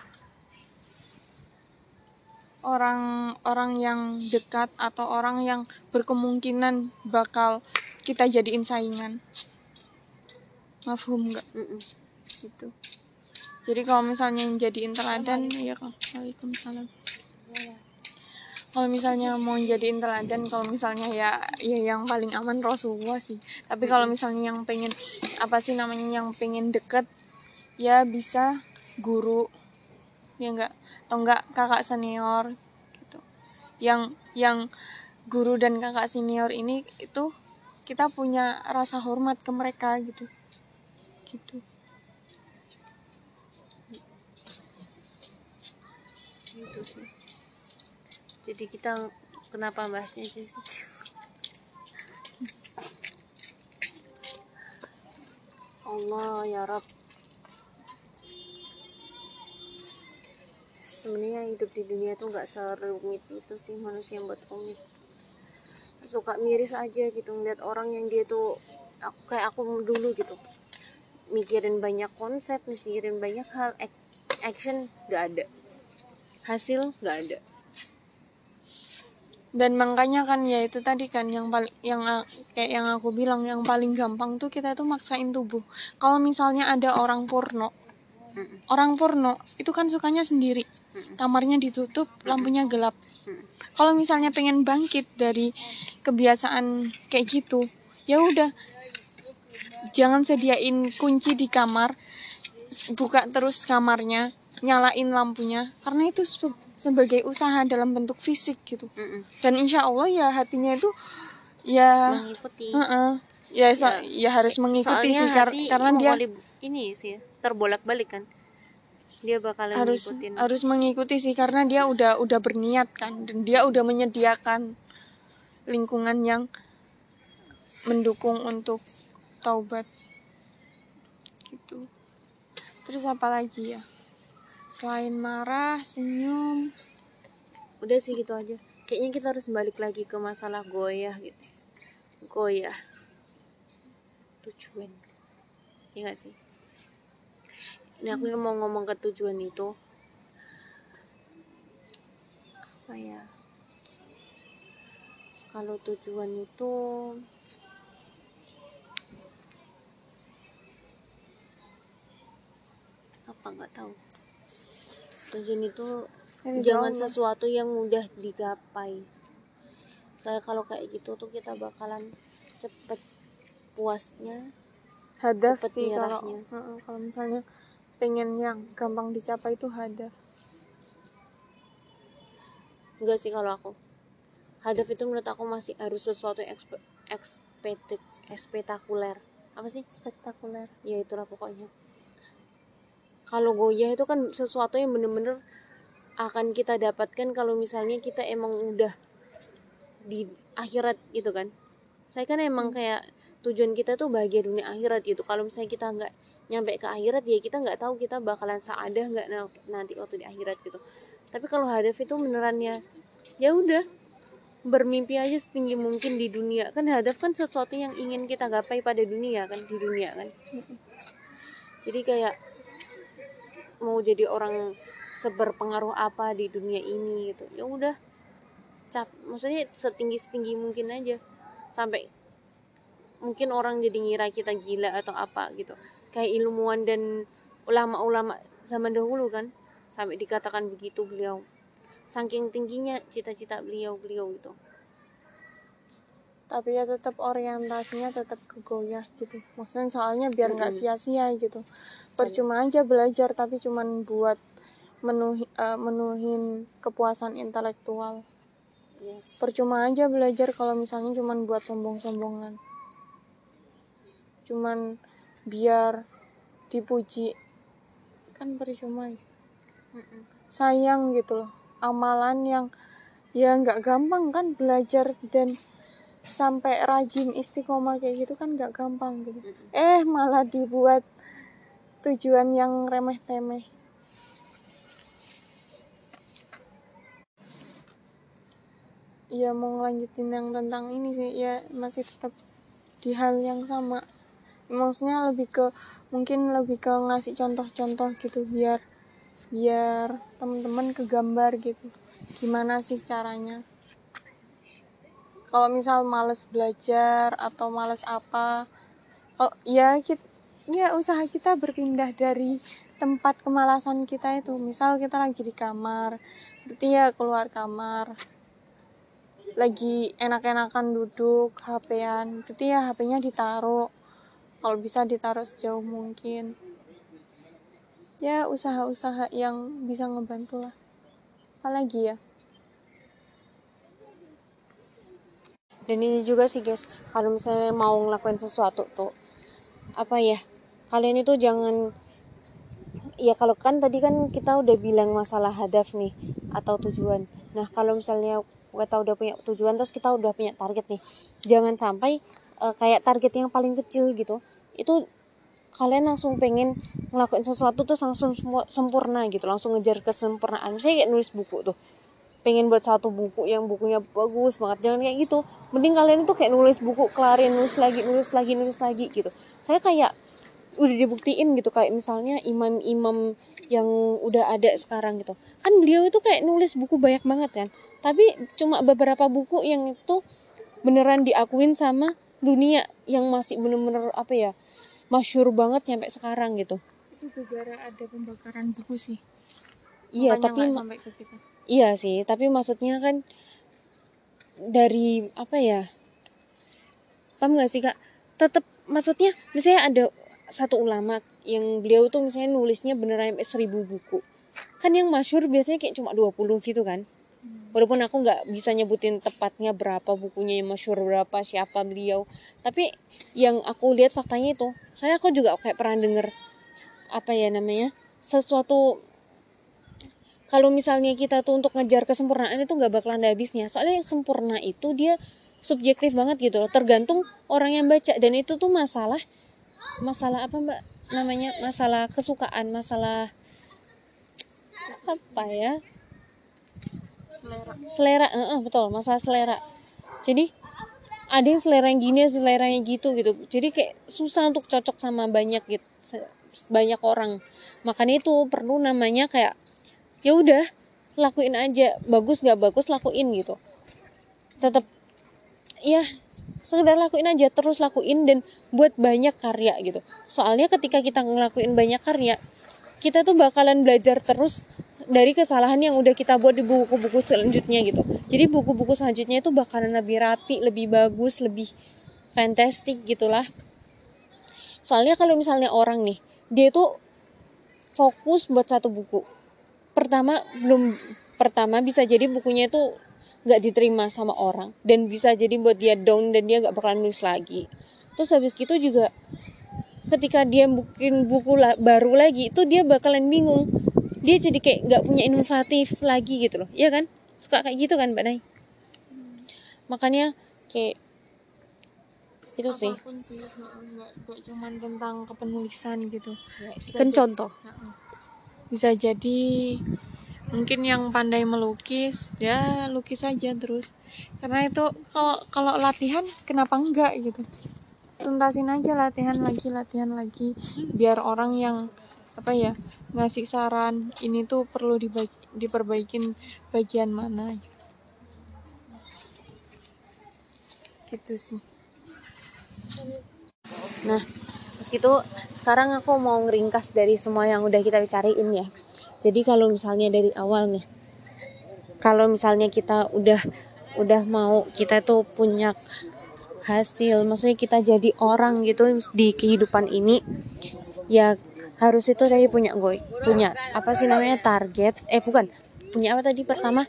orang orang yang dekat atau orang yang berkemungkinan bakal kita jadiin saingan. Mafhum nggak? Mm-mm. Gitu. Jadi kalau misalnya yang jadiin teladan, ya kan. Waalaikumsalam. Kalau misalnya mau jadiin teladan, kalau misalnya ya ya yang paling aman Rasulullah sih. Tapi kalau misalnya yang pengen apa sih namanya yang pengen deket, ya bisa guru, ya enggak, atau enggak kakak senior gitu. Yang yang guru dan kakak senior ini itu kita punya rasa hormat ke mereka gitu. Gitu. Itu sih. Jadi kita kenapa bahasnya sih? Allah ya Rabb. Sebenarnya hidup di dunia tuh nggak serumit itu sih, manusia yang buat rumit. Suka miris aja gitu ngeliat orang yang dia tuh aku, kayak aku dulu gitu, mikirin banyak konsep, mikirin banyak hal, action nggak ada, hasil nggak ada. Dan makanya kan ya itu tadi kan yang paling yang kayak yang aku bilang, yang paling gampang tuh kita tuh maksain tubuh. Kalau misalnya ada orang porno, Mm-mm. orang porno itu kan sukanya sendiri, Mm-mm. kamarnya ditutup, lampunya gelap. Mm-mm. Kalau misalnya pengen bangkit dari kebiasaan kayak gitu, ya udah, jangan sediain kunci di kamar, buka terus kamarnya, nyalain lampunya, karena itu sebagai usaha dalam bentuk fisik gitu. Mm-mm. Dan insya Allah ya hatinya itu ya mengikuti. Uh-uh, ya, ya ya harus mengikuti sih kar- karena dia ini sih terbolak-balik kan, dia bakalan harus ngikutin. harus mengikuti sih karena dia udah udah berniat kan, dan dia udah menyediakan lingkungan yang mendukung untuk taubat gitu. Terus apa lagi ya selain marah, senyum? Udah sih gitu aja. Kayaknya kita harus balik lagi ke masalah goyah gitu. Goyah tujuan, ya gak sih? Ini aku mau ngomong ke tujuan itu apa ya, kalau tujuan itu apa, nggak tahu. Tujuan itu ya, jangan Allah. Sesuatu yang mudah digapai. Saya kalau kayak gitu tuh kita bakalan cepet puasnya, hadaf sih kalau uh, kalau misalnya pengen yang gampang dicapai itu hadaf. Enggak sih kalau aku. Hadaf itu menurut aku masih harus sesuatu yang ekspe, ekspedik, spektakuler. Apa sih? Spektakuler. Ya itulah pokoknya. Kalau goyah itu kan sesuatu yang bener-bener akan kita dapatkan kalau misalnya kita emang udah di akhirat gitu kan. Saya kan emang hmm. kayak tujuan kita tuh bahagia dunia akhirat gitu. Kalau misalnya kita nggak nyampe ke akhirat, ya kita nggak tahu kita bakalan saadah nggak nanti waktu di akhirat gitu. Tapi kalau hadaf itu benerannya ya udah bermimpi aja setinggi mungkin di dunia. Kan hadaf kan sesuatu yang ingin kita gapai pada dunia kan, di dunia kan. Jadi kayak mau jadi orang seberpengaruh apa di dunia ini gitu. Ya udah. Cap, maksudnya setinggi-setinggi mungkin aja. Sampai mungkin orang jadi ngira kita gila atau apa gitu. Kayak ilmuwan dan ulama-ulama zaman dahulu kan, sampai dikatakan begitu beliau. Saking tingginya cita-cita beliau-beliau itu. Tapi ya tetap orientasinya tetap ke goyah gitu. Maksudnya soalnya biar nggak mm-hmm. sia-sia gitu. Percuma aja belajar tapi cuman buat menuhi, uh, menuhin kepuasan intelektual. Yes. Percuma aja belajar kalau misalnya cuman buat sombong-sombongan. Cuman biar dipuji. Kan percuma gitu. Mm-mm. Sayang gitu loh. Amalan yang ya nggak gampang kan belajar dan sampai rajin istiqomah kayak gitu kan nggak gampang gitu. Mm-mm. Eh malah dibuat tujuan yang remeh-temeh. Ya mau ngelanjutin yang tentang ini sih, ya masih tetap di hal yang sama. maksudnya lebih ke mungkin lebih ke ngasih contoh-contoh gitu biar biar teman-teman kegambar gitu gimana sih caranya. Kalau misal males belajar atau males apa, oh ya kita, ya usaha kita berpindah dari tempat kemalasan kita itu. Misal kita lagi di kamar, berarti ya keluar kamar. Lagi enak-enakan duduk, H P-an, berarti ya H P-nya ditaruh. Kalau bisa ditaruh sejauh mungkin. Ya usaha-usaha yang bisa ngebantu lah. Apalagi ya? Dan ini juga sih guys, kalau misalnya mau ngelakuin sesuatu tuh apa ya, kalian itu jangan, ya kalau kan tadi kan kita udah bilang masalah hadaf nih atau tujuan. Nah kalau misalnya kita udah punya tujuan terus kita udah punya target nih, jangan sampai uh, kayak target yang paling kecil gitu itu kalian langsung pengen ngelakuin sesuatu tuh langsung sempurna gitu, langsung ngejar kesempurnaan. Misalnya kayak nulis buku tuh, pengen buat satu buku yang bukunya bagus banget, jangan kayak gitu. Mending kalian itu kayak nulis buku, kelarin, nulis lagi, nulis lagi, nulis lagi gitu. Saya kayak udah dibuktiin gitu, kayak misalnya imam-imam yang udah ada sekarang gitu. Kan beliau itu kayak nulis buku banyak banget kan, tapi cuma beberapa buku yang itu beneran diakuin sama dunia, yang masih bener-bener apa ya, masyhur banget sampai sekarang gitu. Itu gara ada pembakaran buku sih. Iya, makanya tapi sampai ke kita. Iya sih, tapi maksudnya kan dari apa ya? Paham gak sih Kak? Tetap maksudnya misalnya ada satu ulama yang beliau tuh misalnya nulisnya beneran sampai seribu buku. Kan yang masyhur biasanya kayak cuma dua puluh gitu kan. Walaupun aku gak bisa nyebutin tepatnya berapa bukunya yang masyhur, berapa siapa beliau. Tapi yang aku lihat faktanya itu, saya aku juga kayak pernah denger apa ya namanya, sesuatu, kalau misalnya kita tuh untuk ngejar kesempurnaan itu gak bakalan ada habisnya. Soalnya yang sempurna itu dia subjektif banget gitu, tergantung orang yang baca. Dan itu tuh masalah masalah apa mbak namanya, masalah kesukaan, masalah apa ya, Selera. selera, uh, uh, betul, masalah selera. Jadi ada yang selera yang gini, selera yang gitu gitu. Jadi kayak susah untuk cocok sama banyak gitu, banyak orang. Makanya itu perlu namanya kayak ya udah lakuin aja, bagus nggak bagus lakuin gitu. Tetap ya sekedar lakuin aja, terus lakuin dan buat banyak karya gitu. Soalnya ketika kita ngelakuin banyak karya, kita tuh bakalan belajar terus dari kesalahan yang udah kita buat di buku-buku selanjutnya gitu. Jadi buku-buku selanjutnya itu bakalan lebih rapi, lebih bagus, lebih fantastik gitulah. Soalnya kalau misalnya orang nih, dia tuh fokus buat satu buku. Pertama belum pertama bisa jadi bukunya itu nggak diterima sama orang dan bisa jadi buat dia down dan dia nggak bakalan nulis lagi. Terus habis gitu juga ketika dia bikin buku la- baru lagi itu dia bakalan bingung, dia jadi kayak nggak punya inovatif lagi gitu loh, ya kan, suka kayak gitu kan Mbak Nay. Hmm. Makanya kayak itu sih, apapun sih, nggak nggak cuma tentang kepenulisan gitu ya, bisa kan jadi, contoh bisa jadi mungkin yang pandai melukis ya lukis aja terus, karena itu kalau kalau latihan kenapa enggak gitu, tuntasin aja latihan lagi latihan lagi biar orang yang apa ya ngasih saran ini tuh perlu dibagi, diperbaikin bagian mana gitu sih. Nah terus gitu sekarang aku mau ngeringkas dari semua yang udah kita bicarain ya. Jadi kalau misalnya dari awal nih, kalau misalnya kita udah udah mau kita tuh punya hasil, maksudnya kita jadi orang gitu di kehidupan ini, ya harus itu tadi punya gue, punya apa sih namanya target, eh bukan, punya apa tadi pertama?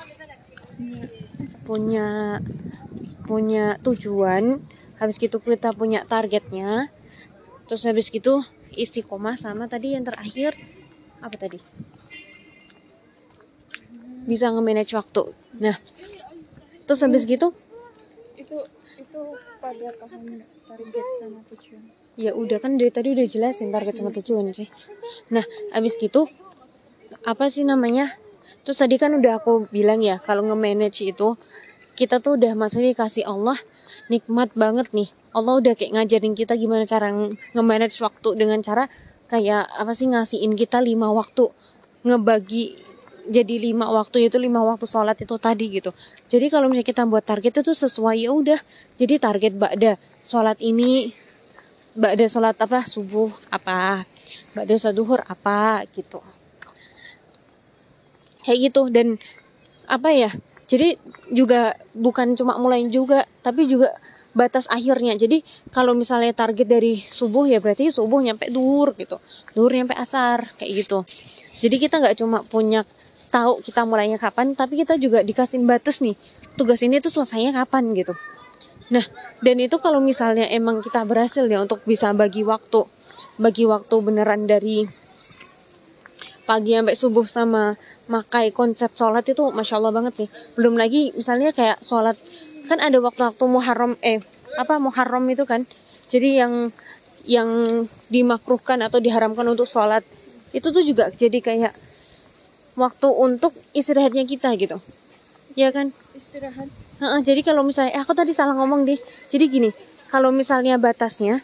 Punya punya tujuan, habis gitu kita punya targetnya, terus habis gitu istiqomah, sama tadi yang terakhir apa tadi? Bisa nge-manage waktu. Nah, terus habis gitu itu itu pada paham target sama tujuan. Ya udah kan dari tadi udah jelasin target sama tujuan sih. Nah, habis gitu apa sih namanya? Terus tadi kan udah aku bilang ya, kalau nge-manage itu kita tuh udah maksudnya dikasih Allah nikmat banget nih. Allah udah kayak ngajarin kita gimana cara nge-manage waktu dengan cara kayak apa sih, ngasihin kita lima waktu, ngebagi jadi lima waktu, itu lima waktu sholat itu tadi gitu. Jadi kalau misalnya kita buat target itu sesuai, ya udah. Jadi target ba'da sholat ini, ba'da sholat apa subuh apa, ba'da sholat duhur apa gitu. Kayak gitu. Dan apa ya? Jadi juga bukan cuma mulai juga, tapi juga batas akhirnya. Jadi kalau misalnya target dari subuh, ya berarti subuh nyampe duhur gitu, duhur nyampe asar kayak gitu. Jadi kita nggak cuma punya tahu kita mulainya kapan, tapi kita juga dikasih batas nih, tugas ini tuh selesainya kapan gitu. Nah, dan itu kalau misalnya emang kita berhasil ya untuk bisa bagi waktu, bagi waktu beneran dari pagi sampai subuh sama makai konsep sholat itu masya Allah banget sih. Belum lagi misalnya kayak sholat, kan ada waktu-waktu Muharram, eh apa Muharram itu kan, jadi yang yang dimakruhkan atau diharamkan untuk sholat itu tuh juga jadi kayak waktu untuk istirahatnya kita gitu, ya kan? Istirahat. Heeh, jadi kalau misalnya, eh, aku tadi salah ngomong deh. Jadi gini, kalau misalnya batasnya,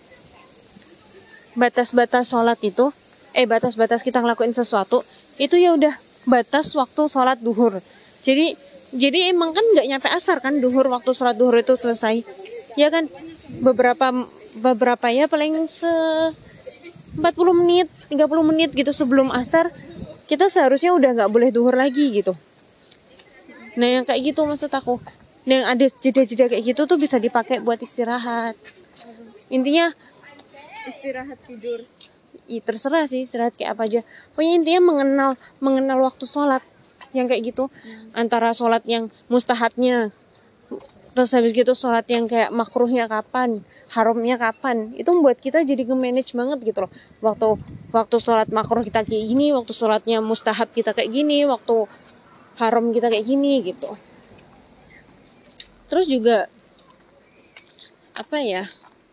batas-batas sholat itu, eh batas-batas kita ngelakuin sesuatu, itu ya udah batas waktu sholat duhur. Jadi, jadi emang kan nggak nyampe asar kan duhur, waktu sholat duhur itu selesai, ya kan? Beberapa beberapa ya paling se empat puluh menit, tiga puluh menit gitu sebelum asar. Kita seharusnya udah nggak boleh duhur lagi gitu. Nah yang kayak gitu maksud aku. Dan ada jeda-jeda kayak gitu tuh bisa dipakai buat istirahat. Intinya Istirahat tidur. i, terserah sih istirahat kayak apa aja. Pokoknya intinya mengenal mengenal waktu sholat yang kayak gitu. Hmm. Antara sholat yang mustahabnya, terus habis gitu sholat yang kayak makruhnya kapan, haramnya kapan, itu membuat kita jadi nge-manage banget gitu loh. Waktu waktu sholat makruh kita kayak gini, waktu sholatnya mustahab kita kayak gini, waktu haram kita kayak gini gitu. Terus juga apa ya?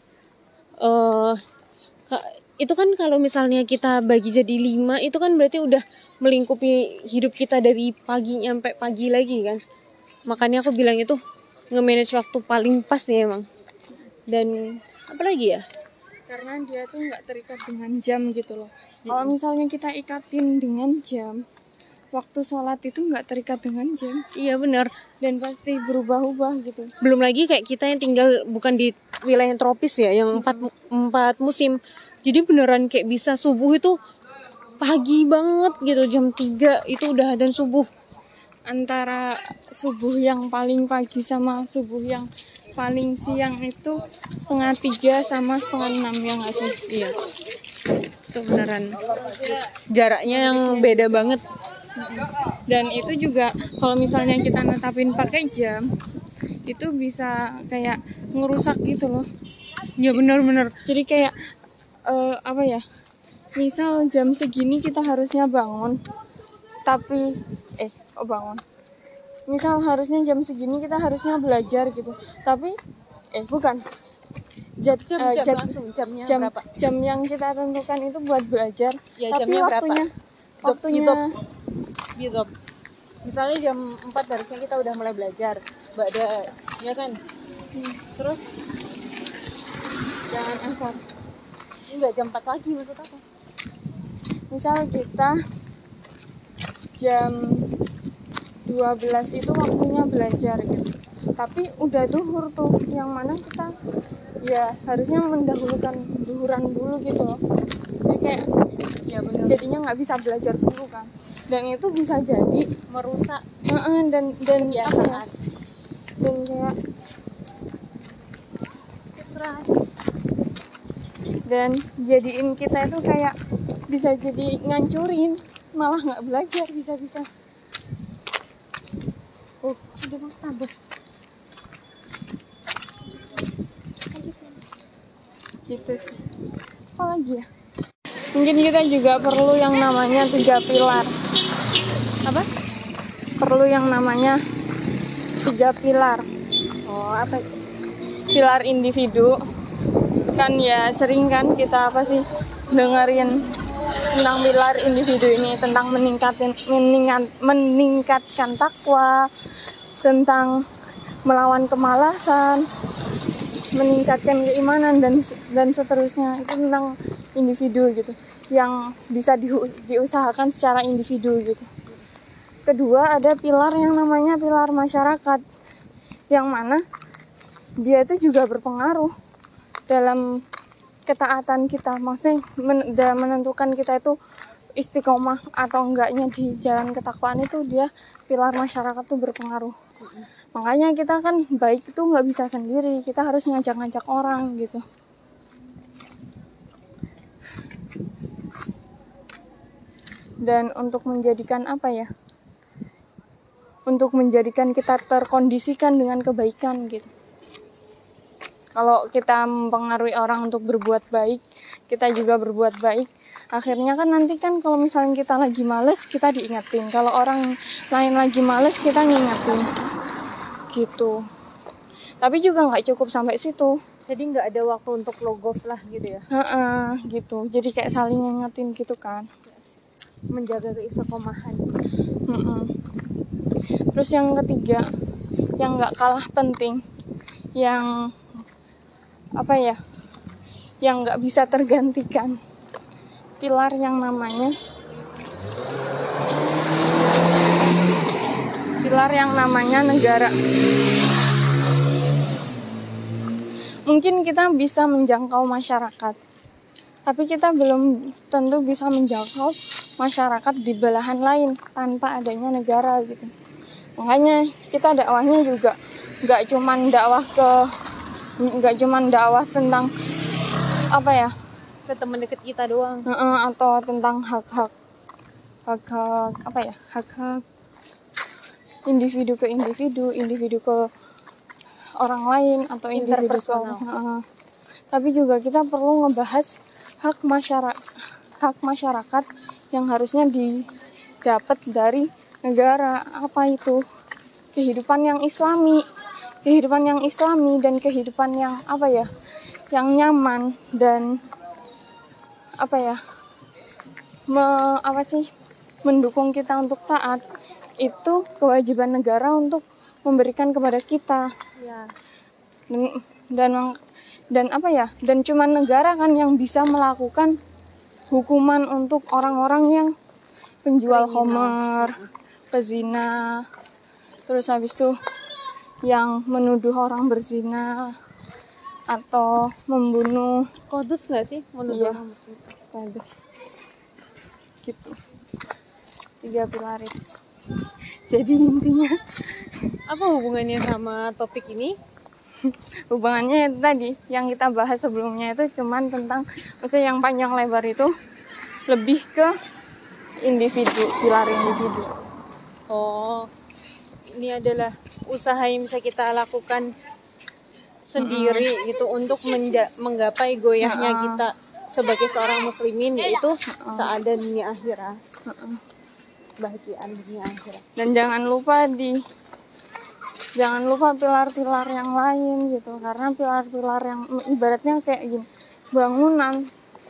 Uh, itu kan kalau misalnya kita bagi jadi lima, itu kan berarti udah melingkupi hidup kita dari pagi sampai pagi lagi kan. Makanya aku bilang itu nge-manage waktu paling pas ya emang. Dan apa lagi ya? Karena dia tuh nggak terikat dengan jam gitu loh. Hmm. Kalau misalnya kita ikatin dengan jam, waktu sholat itu nggak terikat dengan jam. Iya benar. Dan pasti berubah-ubah gitu. Belum lagi kayak kita yang tinggal bukan di wilayah tropis ya, yang empat hmm. empat musim. Jadi beneran kayak bisa subuh itu pagi banget gitu, jam tiga itu udah adzan subuh. Antara subuh yang paling pagi sama subuh yang paling siang itu setengah tiga sama setengah enam, ya nggak sih? Iya, itu beneran jaraknya yang beda banget. Dan itu juga kalau misalnya kita netapin pakai jam, itu bisa kayak ngerusak gitu loh. Ya benar-benar. Jadi kayak uh, apa ya? Misal jam segini kita harusnya bangun, tapi eh oh bangun. Misal harusnya jam segini kita harusnya belajar gitu, tapi eh bukan. Jad, jam, uh, jam, jad, langsung jamnya jam, berapa? Jam yang kita tentukan itu buat belajar, ya, tapi jamnya waktunya berapa? waktunya gitu. Misalnya jam empat harusnya kita udah mulai belajar, ba'da, ya kan? Hmm. Terus jangan asar. Enggak, jam empat pagi maksud apa? Misal kita jam dua belas itu waktunya belajar gitu. Tapi udah duhur tuh, yang mana kita ya harusnya mendahulukan duhuran dulu gitu loh. Jadi kayak ya bener. Jadinya nggak bisa belajar dulu kan. Dan itu bisa jadi merusak uh-uh, dan dan kebiasaan. Dan kayak dan jadiin kita itu kayak bisa jadi ngancurin, malah nggak belajar bisa-bisa. Oh, udah mau tambah. Gitu sih. Apa lagi ya? Mungkin kita juga perlu yang namanya tiga pilar. Apa? Perlu yang namanya tiga pilar. Oh, apa? Pilar individu. Kan ya sering kan kita apa sih dengerin tentang pilar individu ini, tentang meningkatkan meningkat, meningkatkan takwa, tentang melawan kemalasan, meningkatkan keimanan dan dan seterusnya. Itu tentang individu gitu, yang bisa di, diusahakan secara individu gitu. Kedua, ada pilar yang namanya pilar masyarakat, yang mana dia itu juga berpengaruh dalam ketaatan kita. Maksudnya men, dalam menentukan kita itu istiqomah atau enggaknya di jalan ketakwaan, itu dia pilar masyarakat tuh berpengaruh. Makanya kita kan baik itu nggak bisa sendiri, kita harus ngajak-ngajak orang gitu. Dan untuk menjadikan apa ya, untuk menjadikan kita terkondisikan dengan kebaikan gitu. Kalau kita mempengaruhi orang untuk berbuat baik, kita juga berbuat baik. Akhirnya kan nanti kan kalau misalnya kita lagi males, kita diingetin. Kalau orang lain lagi males, kita ngingetin. Gitu. Tapi juga nggak cukup sampai situ. Jadi nggak ada waktu untuk logos lah gitu ya? Heeh, gitu. Jadi kayak saling ngingetin gitu kan. Menjaga keistiqomahan. Mm-mm. Terus yang ketiga, yang nggak kalah penting, yang apa ya, yang nggak bisa tergantikan, pilar yang namanya pilar yang namanya negara. Mungkin kita bisa menjangkau masyarakat, tapi kita belum tentu bisa menjangkau masyarakat di belahan lain tanpa adanya negara gitu. Makanya kita dakwahnya juga nggak cuman dakwah ke nggak cuman dakwah tentang apa ya, ke teman dekat kita doang, uh-uh, atau tentang hak-hak hak-hak apa ya, hak-hak individu ke individu, individu ke orang lain atau individu ke orang, uh, tapi juga kita perlu ngebahas hak masyarakat, hak masyarakat yang harusnya didapat dari negara. Apa itu? Kehidupan yang islami, kehidupan yang islami dan kehidupan yang apa ya, yang nyaman dan apa ya, me, apa sih, mendukung kita untuk taat. Itu kewajiban negara untuk memberikan kepada kita. Ya. Dan, dan dan apa ya, dan cuma negara kan yang bisa melakukan hukuman untuk orang-orang yang penjual khamar, pezina, terus habis itu yang menuduh orang berzina atau membunuh. Kodus nggak sih menuduh iya, orang berzina? Kodus. Gitu. Tiga pilar itu. Jadi intinya apa hubungannya sama topik ini? Hubungannya itu tadi yang kita bahas sebelumnya, itu cuman tentang, maksudnya yang panjang lebar itu lebih ke individu, pilar individu. Oh, ini adalah usaha yang bisa kita lakukan sendiri mm-hmm. gitu untuk menja- menggapai goyahnya uh-uh. kita sebagai seorang muslimin, yaitu uh-uh. saada dunia akhirat, uh-uh. bahagiaan dunia akhirat. Dan jangan lupa di jangan lupa pilar-pilar yang lain gitu, karena pilar-pilar yang ibaratnya kayak gini, bangunan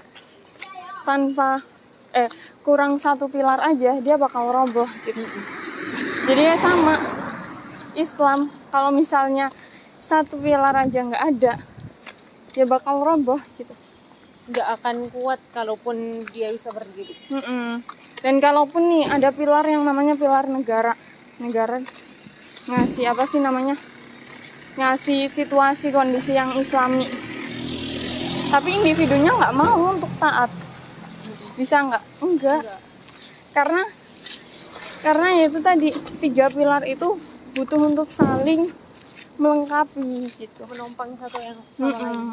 tanpa eh kurang satu pilar aja dia bakal roboh gitu. Jadi ya sama Islam, kalau misalnya satu pilar aja nggak ada, dia bakal roboh gitu, nggak akan kuat kalaupun dia bisa berdiri. Mm-mm. Dan kalaupun nih ada pilar yang namanya pilar negara, negara ngasih apa sih namanya, ngasih situasi kondisi yang islami, tapi individunya nggak mau untuk taat, bisa nggak? Enggak. Enggak. Karena karena itu tadi tiga pilar itu butuh untuk saling melengkapi gitu, menopang satu yang sama Mm-mm. lain.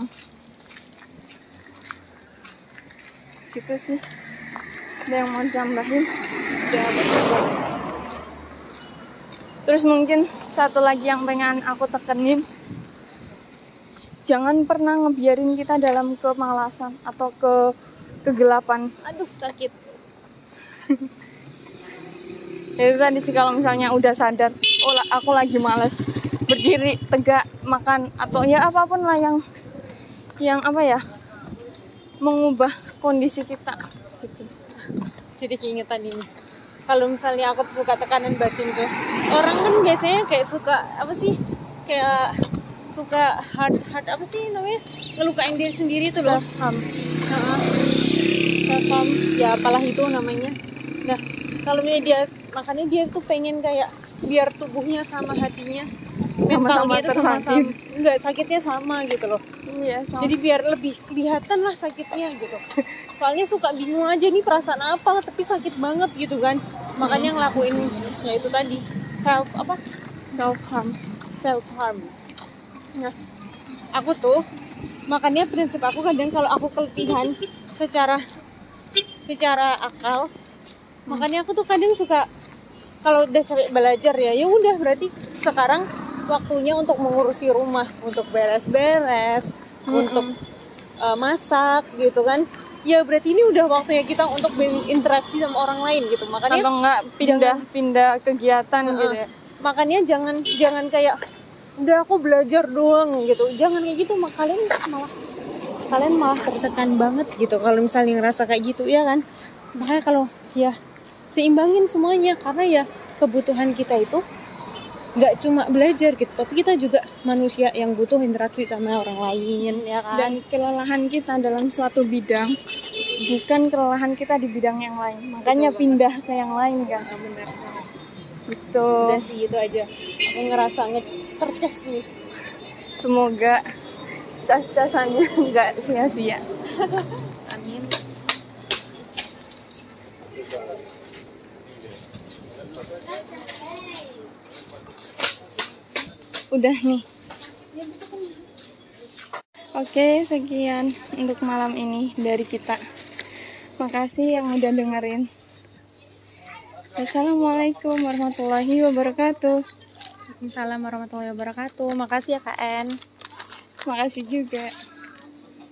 Gitu sih. Ada yang mau tambahin? Udah betul. Terus mungkin satu lagi yang pengen aku tekenin, jangan pernah ngebiarin kita dalam kemalasan atau ke kegelapan. Aduh, sakit. Itu tadi sih, kalau misalnya udah sadar, oh aku lagi males, berdiri tegak, makan atau ya apapun lah yang yang apa ya, mengubah kondisi kita gitu. Jadi keingetan ini, kalau misalnya aku suka tekanan batin tuh, orang kan biasanya kayak suka apa sih, kayak suka hard hard apa sih namanya, ngelukain diri sendiri tuh loh. Self harm. Heeh. Self harm, ya apalah itu namanya. Nah, kalau dia makanya dia tuh pengen kayak biar tubuhnya sama hatinya, Sama-sama mentalnya itu sama-sama, tersakit. enggak sakitnya sama gitu loh. Iya, sama. Jadi biar lebih kelihatan lah sakitnya gitu. Soalnya suka bingung aja nih perasaan apa tapi sakit banget gitu kan. Makanya ngelakuin ya itu tadi self apa? Self harm. Self harm. Nah, aku tuh makanya prinsip aku kadang kalau aku keletihan secara secara akal, makanya aku tuh kadang suka kalau udah capek belajar ya, ya udah berarti sekarang waktunya untuk mengurusi rumah, untuk beres-beres, mm-hmm. untuk uh, masak gitu kan. Ya berarti ini udah waktunya kita untuk berinteraksi sama orang lain gitu. Makanya atau enggak pindah-pindah kegiatan uh, gitu ya. Makanya jangan jangan kayak udah aku belajar doang gitu. Jangan kayak gitu, mak kalian malah kalian malah tertekan banget gitu kalau misalnya ngerasa kayak gitu ya kan. Makanya kalau ya seimbangin semuanya, karena ya kebutuhan kita itu nggak cuma belajar gitu, tapi kita juga manusia yang butuh interaksi sama orang lain ya kan. Dan kelelahan kita dalam suatu bidang bukan kelelahan kita di bidang yang lain, makanya betul pindah banget ke yang lain kan. Nah, benar banget gitu. Udah sih itu aja, aku ngerasa nge-tercas nih. Semoga cas-casannya nggak sia-sia. Amin. Udah nih. Oke, sekian untuk malam ini dari kita. Makasih yang udah dengerin. Assalamualaikum warahmatullahi wabarakatuh. Waalaikumsalam warahmatullahi wabarakatuh. Makasih ya Kak En. Makasih juga.